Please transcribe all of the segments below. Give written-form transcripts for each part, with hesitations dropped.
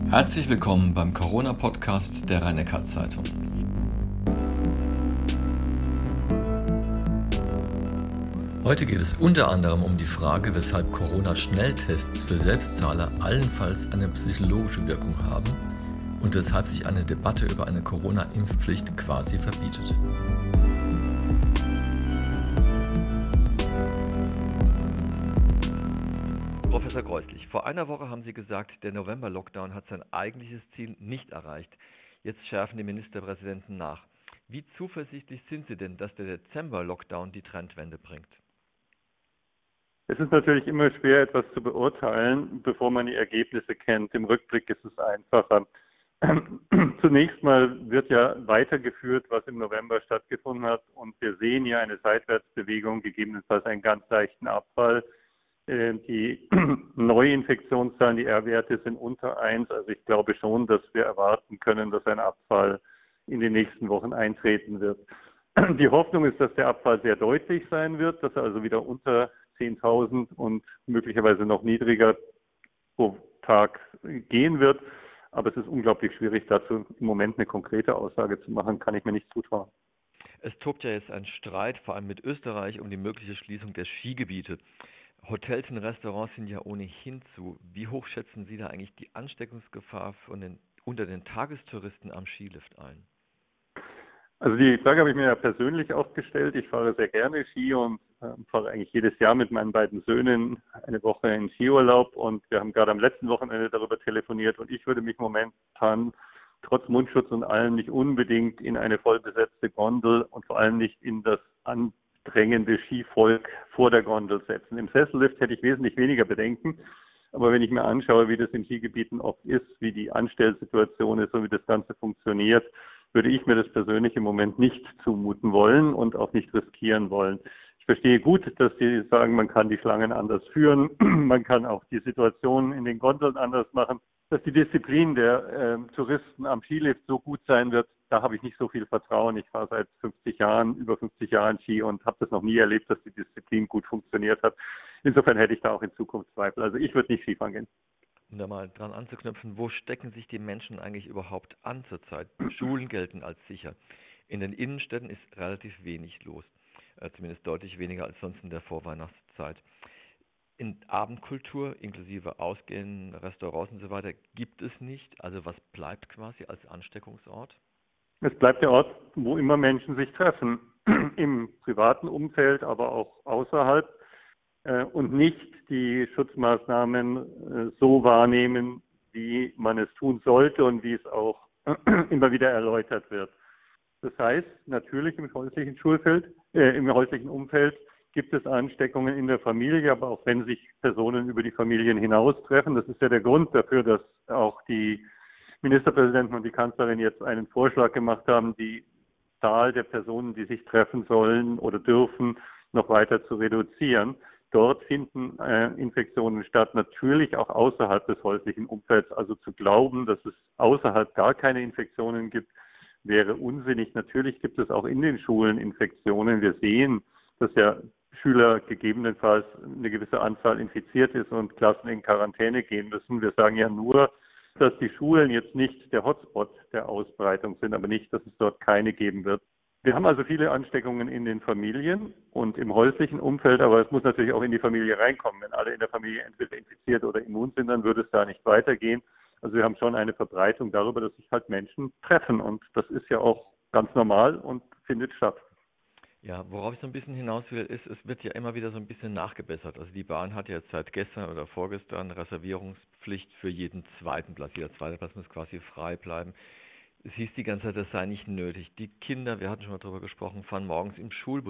Herzlich willkommen beim Corona-Podcast der Rhein-Neckar-Zeitung. Heute geht es unter anderem um die Frage, weshalb Corona-Schnelltests für Selbstzahler allenfalls eine psychologische Wirkung haben und weshalb sich eine Debatte über eine Corona-Impfpflicht quasi verbietet. Professor Greuslich, vor einer Woche haben Sie gesagt, der November-Lockdown hat sein eigentliches Ziel nicht erreicht. Jetzt schärfen die Ministerpräsidenten nach. Wie zuversichtlich sind Sie denn, dass der Dezember-Lockdown die Trendwende bringt? Es ist natürlich immer schwer, etwas zu beurteilen, bevor man die Ergebnisse kennt. Im Rückblick ist es einfacher. Zunächst mal wird ja weitergeführt, was im November stattgefunden hat. Und wir sehen hier eine Seitwärtsbewegung, gegebenenfalls einen ganz leichten Abfall. Die Neuinfektionszahlen, die R-Werte sind unter 1. Also ich glaube schon, dass wir erwarten können, dass ein Abfall in den nächsten Wochen eintreten wird. Die Hoffnung ist, dass der Abfall sehr deutlich sein wird, dass er also wieder unter 10.000 und möglicherweise noch niedriger pro Tag gehen wird. Aber es ist unglaublich schwierig, dazu im Moment eine konkrete Aussage zu machen, kann ich mir nicht zutrauen. Es tobt ja jetzt ein Streit, vor allem mit Österreich, um die mögliche Schließung der Skigebiete. Hotels und Restaurants sind ja ohnehin zu. Wie hoch schätzen Sie da eigentlich die Ansteckungsgefahr unter den Tagestouristen am Skilift ein? Also die Frage habe ich mir ja persönlich auch gestellt. Ich fahre sehr gerne Ski und fahre eigentlich jedes Jahr mit meinen beiden Söhnen eine Woche in Skiurlaub. Und wir haben gerade am letzten Wochenende darüber telefoniert. Und ich würde mich momentan trotz Mundschutz und allem nicht unbedingt in eine vollbesetzte Gondel und vor allem nicht in das drängende Skivolk vor der Gondel setzen. Im Sessellift hätte ich wesentlich weniger Bedenken. Aber wenn ich mir anschaue, wie das in Skigebieten oft ist, wie die Anstellsituation ist und wie das Ganze funktioniert, würde ich mir das persönlich im Moment nicht zumuten wollen und auch nicht riskieren wollen. Ich verstehe gut, dass Sie sagen, man kann die Schlangen anders führen, man kann auch die Situation in den Gondeln anders machen. Dass die Disziplin der Touristen am Skilift so gut sein wird, da habe ich nicht so viel Vertrauen. Ich fahre seit über 50 Jahren Ski und habe das noch nie erlebt, dass die Disziplin gut funktioniert hat. Insofern hätte ich da auch in Zukunft Zweifel. Also ich würde nicht Skifahren gehen. Um da mal dran anzuknüpfen, wo stecken sich die Menschen eigentlich überhaupt an zurzeit? Schulen gelten als sicher. In den Innenstädten ist relativ wenig los, zumindest deutlich weniger als sonst in der Vorweihnachtszeit. In Abendkultur, inklusive Ausgehen, Restaurants und so weiter, gibt es nicht. Also was bleibt quasi als Ansteckungsort? Es bleibt der Ort, wo immer Menschen sich treffen, im privaten Umfeld, aber auch außerhalb. Und nicht die Schutzmaßnahmen so wahrnehmen, wie man es tun sollte und wie es auch immer wieder erläutert wird. Das heißt, natürlich im häuslichen Umfeld gibt es Ansteckungen in der Familie, aber auch wenn sich Personen über die Familien hinaus treffen. Das ist ja der Grund dafür, dass auch die Ministerpräsidenten und die Kanzlerin jetzt einen Vorschlag gemacht haben, die Zahl der Personen, die sich treffen sollen oder dürfen, noch weiter zu reduzieren. Dort finden Infektionen statt, natürlich auch außerhalb des häuslichen Umfelds. Also zu glauben, dass es außerhalb gar keine Infektionen gibt, wäre unsinnig. Natürlich gibt es auch in den Schulen Infektionen. Wir sehen, dass ja Schüler gegebenenfalls eine gewisse Anzahl infiziert ist und Klassen in Quarantäne gehen müssen. Wir sagen ja nur, dass die Schulen jetzt nicht der Hotspot der Ausbreitung sind, aber nicht, dass es dort keine geben wird. Wir haben also viele Ansteckungen in den Familien und im häuslichen Umfeld, aber es muss natürlich auch in die Familie reinkommen. Wenn alle in der Familie entweder infiziert oder immun sind, dann würde es da nicht weitergehen. Also wir haben schon eine Verbreitung darüber, dass sich halt Menschen treffen und das ist ja auch ganz normal und findet statt. Ja, worauf ich so ein bisschen hinaus will, ist, es wird ja immer wieder so ein bisschen nachgebessert. Also die Bahn hat ja jetzt seit gestern oder vorgestern Reservierungspflicht für jeden zweiten Platz. Jeder zweite Platz muss quasi frei bleiben. Es hieß die ganze Zeit, das sei nicht nötig. Die Kinder, wir hatten schon mal darüber gesprochen, fahren morgens im Schulbus.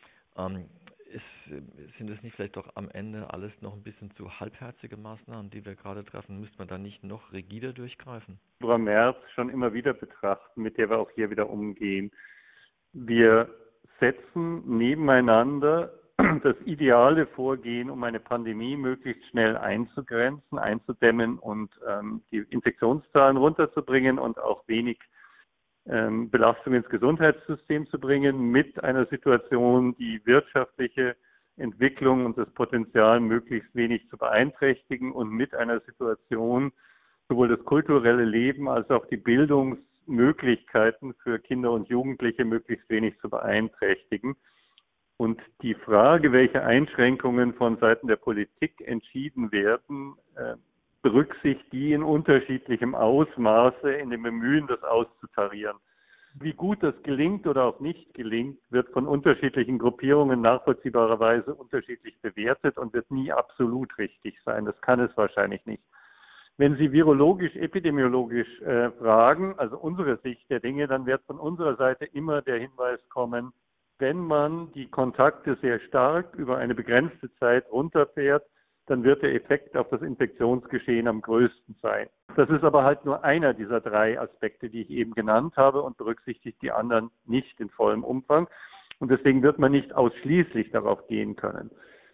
Sind es nicht vielleicht doch am Ende alles noch ein bisschen zu halbherzige Maßnahmen, die wir gerade treffen? Müsste man da nicht noch rigider durchgreifen? Frau Merz schon immer wieder betrachten, mit der wir auch hier wieder umgehen. Wir setzen nebeneinander das ideale Vorgehen, um eine Pandemie möglichst schnell einzugrenzen, einzudämmen und die Infektionszahlen runterzubringen und auch wenig Belastung ins Gesundheitssystem zu bringen, mit einer Situation, die wirtschaftliche Entwicklung und das Potenzial möglichst wenig zu beeinträchtigen und mit einer Situation, sowohl das kulturelle Leben als auch die Bildungsmöglichkeiten für Kinder und Jugendliche möglichst wenig zu beeinträchtigen. Und die Frage, welche Einschränkungen von Seiten der Politik entschieden werden, berücksichtigt die in unterschiedlichem Ausmaße in dem Bemühen, das auszutarieren. Wie gut das gelingt oder auch nicht gelingt, wird von unterschiedlichen Gruppierungen nachvollziehbarerweise unterschiedlich bewertet und wird nie absolut richtig sein. Das kann es wahrscheinlich nicht. Wenn Sie virologisch, epidemiologisch fragen, also unsere Sicht der Dinge, dann wird von unserer Seite immer der Hinweis kommen, wenn man die Kontakte sehr stark über eine begrenzte Zeit runterfährt, dann wird der Effekt auf das Infektionsgeschehen am größten sein. Das ist aber halt nur einer dieser 3 Aspekte, die ich eben genannt habe und berücksichtigt die anderen nicht in vollem Umfang. Und deswegen wird man nicht ausschließlich darauf gehen können.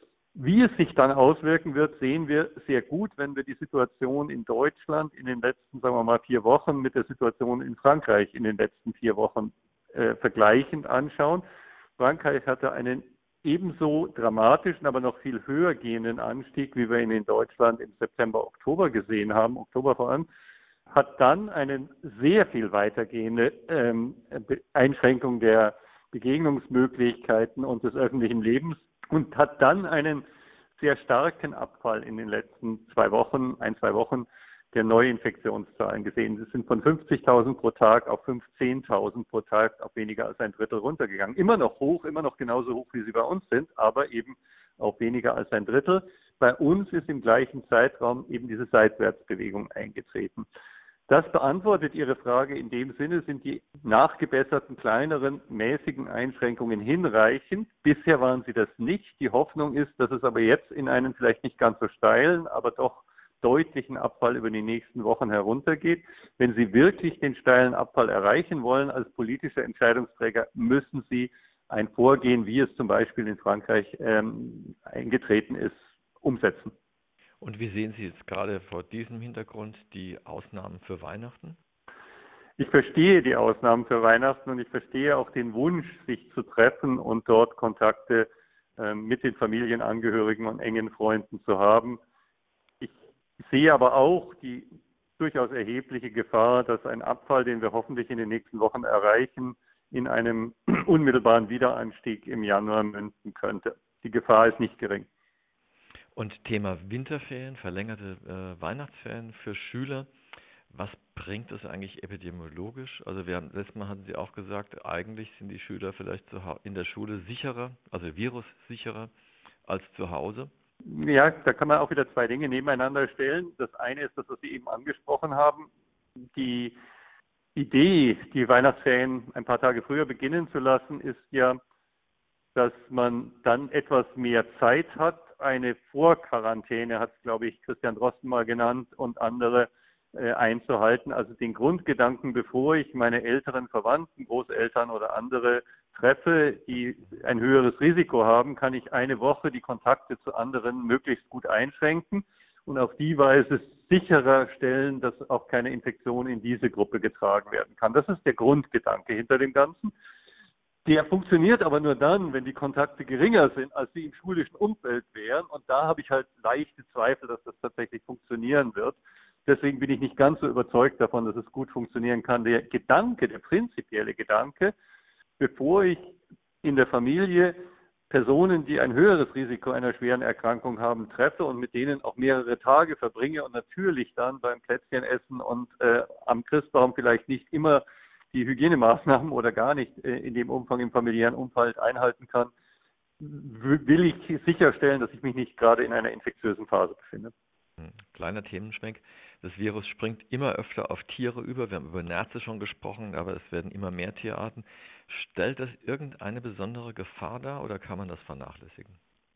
Wie es sich dann auswirken wird, sehen wir sehr gut, wenn wir die Situation in Deutschland in den letzten, sagen wir mal, 4 Wochen mit der Situation in Frankreich in den letzten 4 Wochen vergleichend anschauen. Frankreich hatte einen ebenso dramatischen, aber noch viel höher gehenden Anstieg, wie wir ihn in Deutschland im September, Oktober gesehen haben, Oktober vor allem, hat dann eine sehr viel weitergehende Einschränkung der Begegnungsmöglichkeiten und des öffentlichen Lebens und hat dann einen sehr starken Abfall in den letzten 2 Wochen, 2 Wochen der Neuinfektionszahlen gesehen. Es sind von 50.000 pro Tag auf 15.000 pro Tag auf weniger als ein Drittel runtergegangen. Immer noch hoch, immer noch genauso hoch, wie sie bei uns sind, aber eben auf weniger als ein Drittel. Bei uns ist im gleichen Zeitraum eben diese Seitwärtsbewegung eingetreten. Das beantwortet Ihre Frage. In dem Sinne sind die nachgebesserten, kleineren, mäßigen Einschränkungen hinreichend. Bisher waren sie das nicht. Die Hoffnung ist, dass es aber jetzt in einen vielleicht nicht ganz so steilen, aber doch deutlichen Abfall über die nächsten Wochen heruntergeht. Wenn Sie wirklich den steilen Abfall erreichen wollen als politische Entscheidungsträger, müssen Sie ein Vorgehen, wie es zum Beispiel in Frankreich eingetreten ist, umsetzen. Und wie sehen Sie jetzt gerade vor diesem Hintergrund die Ausnahmen für Weihnachten? Ich verstehe die Ausnahmen für Weihnachten und ich verstehe auch den Wunsch, sich zu treffen und dort Kontakte mit den Familienangehörigen und engen Freunden zu haben. Ich sehe aber auch die durchaus erhebliche Gefahr, dass ein Abfall, den wir hoffentlich in den nächsten Wochen erreichen, in einem unmittelbaren Wiederanstieg im Januar münden könnte. Die Gefahr ist nicht gering. Und Thema Winterferien, verlängerte Weihnachtsferien für Schüler. Was bringt es eigentlich epidemiologisch? Also letztes Mal hatten Sie auch gesagt, eigentlich sind die Schüler vielleicht in der Schule sicherer, also virussicherer als zu Hause. Ja, da kann man auch wieder 2 Dinge nebeneinander stellen. Das eine ist das, was Sie eben angesprochen haben. Die Idee, die Weihnachtsferien ein paar Tage früher beginnen zu lassen, ist ja, dass man dann etwas mehr Zeit hat, eine Vorquarantäne, hat es, glaube ich, Christian Drosten mal genannt, und andere einzuhalten. Also den Grundgedanken, bevor ich meine älteren Verwandten, Großeltern oder andere treffe, die ein höheres Risiko haben, kann ich eine Woche die Kontakte zu anderen möglichst gut einschränken und auf die Weise sicherer stellen, dass auch keine Infektion in diese Gruppe getragen werden kann. Das ist der Grundgedanke hinter dem Ganzen. Der funktioniert aber nur dann, wenn die Kontakte geringer sind, als sie im schulischen Umfeld wären. Und da habe ich halt leichte Zweifel, dass das tatsächlich funktionieren wird. Deswegen bin ich nicht ganz so überzeugt davon, dass es gut funktionieren kann. Der Gedanke, der prinzipielle Gedanke, bevor ich in der Familie Personen, die ein höheres Risiko einer schweren Erkrankung haben, treffe und mit denen auch mehrere Tage verbringe und natürlich dann beim Plätzchenessen und am Christbaum vielleicht nicht immer die Hygienemaßnahmen oder gar nicht in dem Umfang im familiären Umfeld einhalten kann, will ich sicherstellen, dass ich mich nicht gerade in einer infektiösen Phase befinde. Kleiner Themenschwenk. Das Virus springt immer öfter auf Tiere über. Wir haben über Nerze schon gesprochen, aber es werden immer mehr Tierarten. Stellt das irgendeine besondere Gefahr dar oder kann man das vernachlässigen?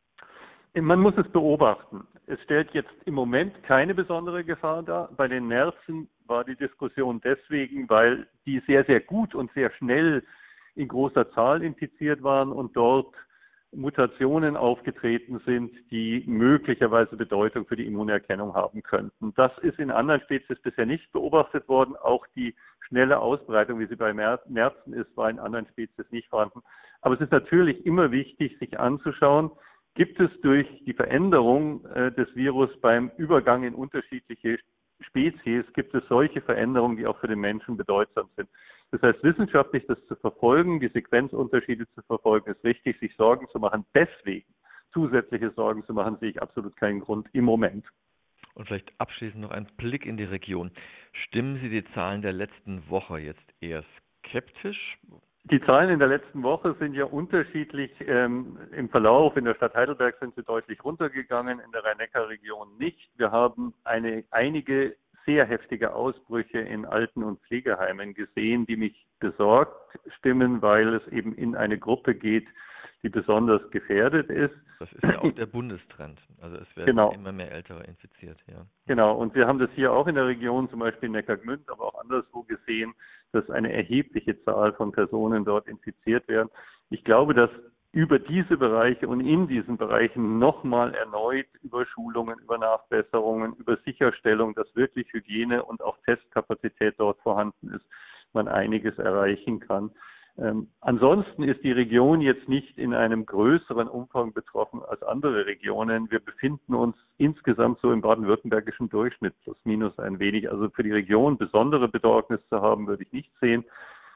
Man muss es beobachten. Es stellt jetzt im Moment keine besondere Gefahr dar. Bei den Nerzen war die Diskussion deswegen, weil die sehr, sehr gut und sehr schnell in großer Zahl infiziert waren und dort Mutationen aufgetreten sind, die möglicherweise Bedeutung für die Immunerkennung haben könnten. Das ist in anderen Spezies bisher nicht beobachtet worden. Auch die schnelle Ausbreitung, wie sie bei Nerzen ist, war in anderen Spezies nicht vorhanden. Aber es ist natürlich immer wichtig, sich anzuschauen, gibt es durch die Veränderung des Virus beim Übergang in unterschiedliche Spezies gibt es solche Veränderungen, die auch für den Menschen bedeutsam sind. Das heißt, wissenschaftlich das zu verfolgen, die Sequenzunterschiede zu verfolgen, ist richtig. Sich Sorgen zu machen, deswegen zusätzliche Sorgen zu machen, sehe ich absolut keinen Grund im Moment. Und vielleicht abschließend noch ein Blick in die Region. Stimmen Sie die Zahlen der letzten Woche jetzt eher skeptisch? Die Zahlen in der letzten Woche sind ja unterschiedlich im Verlauf. In der Stadt Heidelberg sind sie deutlich runtergegangen, in der Rhein-Neckar-Region nicht. Wir haben einige sehr heftige Ausbrüche in Alten- und Pflegeheimen gesehen, die mich besorgt stimmen, weil es eben in eine Gruppe geht, die besonders gefährdet ist. Das ist ja auch der Bundestrend. Also es werden immer mehr Ältere infiziert. Ja. Genau, und wir haben das hier auch in der Region, zum Beispiel in Neckargemünd, aber auch anderswo gesehen, dass eine erhebliche Zahl von Personen dort infiziert werden. Ich glaube, dass über diese Bereiche und in diesen Bereichen nochmal erneut über Schulungen, über Nachbesserungen, über Sicherstellung, dass wirklich Hygiene und auch Testkapazität dort vorhanden ist, man einiges erreichen kann. Ansonsten ist die Region jetzt nicht in einem größeren Umfang betroffen als andere Regionen. Wir befinden uns insgesamt so im baden-württembergischen Durchschnitt, plus minus ein wenig. Also für die Region besondere Besorgnis zu haben, würde ich nicht sehen.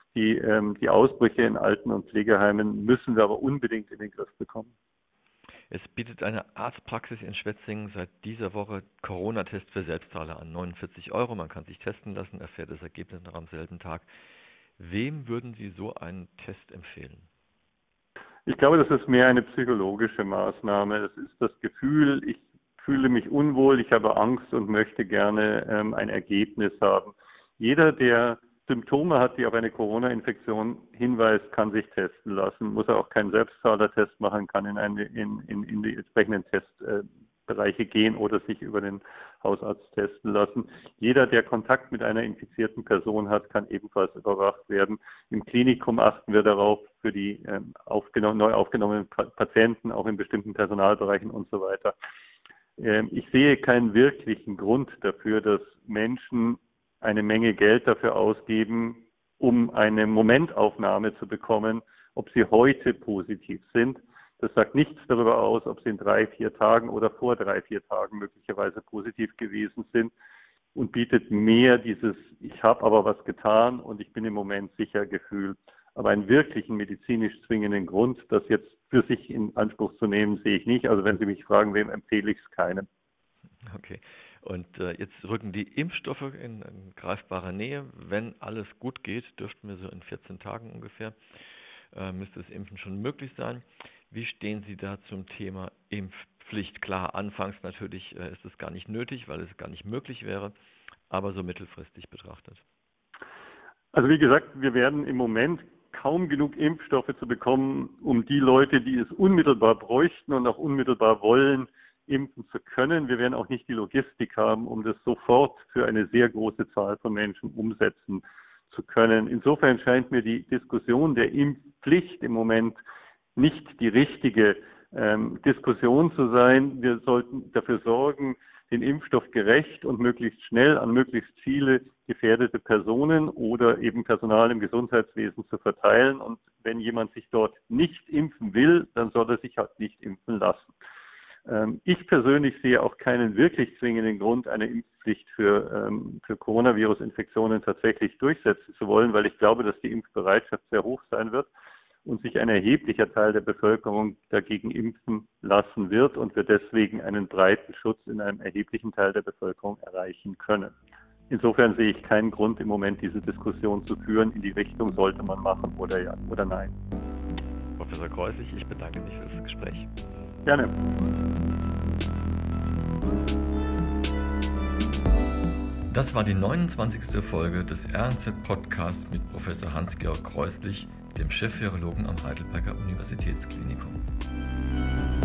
Die Ausbrüche in Alten- und Pflegeheimen müssen wir aber unbedingt in den Griff bekommen. Es bietet eine Arztpraxis in Schwetzingen seit dieser Woche Corona-Test für Selbstzahler an, 49 €. Man kann sich testen lassen, erfährt das Ergebnis noch am selben Tag. Wem würden Sie so einen Test empfehlen? Ich glaube, das ist mehr eine psychologische Maßnahme. Das ist das Gefühl, ich fühle mich unwohl, ich habe Angst und möchte gerne ein Ergebnis haben. Jeder, der Symptome hat, die auf eine Corona-Infektion hinweist, kann sich testen lassen, muss er auch keinen Selbstzahlertest machen, kann in die entsprechenden Testbereiche gehen oder sich über den Hausarzt testen lassen. Jeder, der Kontakt mit einer infizierten Person hat, kann ebenfalls überwacht werden. Im Klinikum achten wir darauf für die neu aufgenommenen Patienten, auch in bestimmten Personalbereichen und so weiter. Ich sehe keinen wirklichen Grund dafür, dass Menschen eine Menge Geld dafür ausgeben, um eine Momentaufnahme zu bekommen, ob sie heute positiv sind. Das sagt nichts darüber aus, ob sie in 3-4 Tagen oder vor 3-4 Tagen möglicherweise positiv gewesen sind und bietet mehr dieses "Ich habe aber was getan und ich bin im Moment sicher" Gefühl. Aber einen wirklichen medizinisch zwingenden Grund, das jetzt für sich in Anspruch zu nehmen, sehe ich nicht. Also wenn Sie mich fragen, wem empfehle ich es? Keinem. Okay. Und jetzt rücken die Impfstoffe in greifbare Nähe. Wenn alles gut geht, dürften wir so in 14 Tagen ungefähr, müsste das Impfen schon möglich sein. Wie stehen Sie da zum Thema Impfpflicht? Klar, anfangs natürlich ist es gar nicht nötig, weil es gar nicht möglich wäre, aber so mittelfristig betrachtet. Also wie gesagt, wir werden im Moment kaum genug Impfstoffe zu bekommen, um die Leute, die es unmittelbar bräuchten und auch unmittelbar wollen, impfen zu können. Wir werden auch nicht die Logistik haben, um das sofort für eine sehr große Zahl von Menschen umsetzen zu können. Insofern scheint mir die Diskussion der Impfpflicht im Moment nicht die richtige Diskussion zu sein. Wir sollten dafür sorgen, den Impfstoff gerecht und möglichst schnell an möglichst viele gefährdete Personen oder eben Personal im Gesundheitswesen zu verteilen. Und wenn jemand sich dort nicht impfen will, dann soll er sich halt nicht impfen lassen. Ich persönlich sehe auch keinen wirklich zwingenden Grund, eine Impfpflicht für Coronavirus-Infektionen tatsächlich durchsetzen zu wollen, weil ich glaube, dass die Impfbereitschaft sehr hoch sein wird und sich ein erheblicher Teil der Bevölkerung dagegen impfen lassen wird und wir deswegen einen breiten Schutz in einem erheblichen Teil der Bevölkerung erreichen können. Insofern sehe ich keinen Grund im Moment, diese Diskussion zu führen. In die Richtung sollte man machen oder ja oder nein. Professor Kreuslich, ich bedanke mich für das Gespräch. Gerne. Das war die 29. Folge des RNZ-Podcasts mit Professor Hans-Georg Kreuslich, dem Chefvirologen am Heidelberger Universitätsklinikum.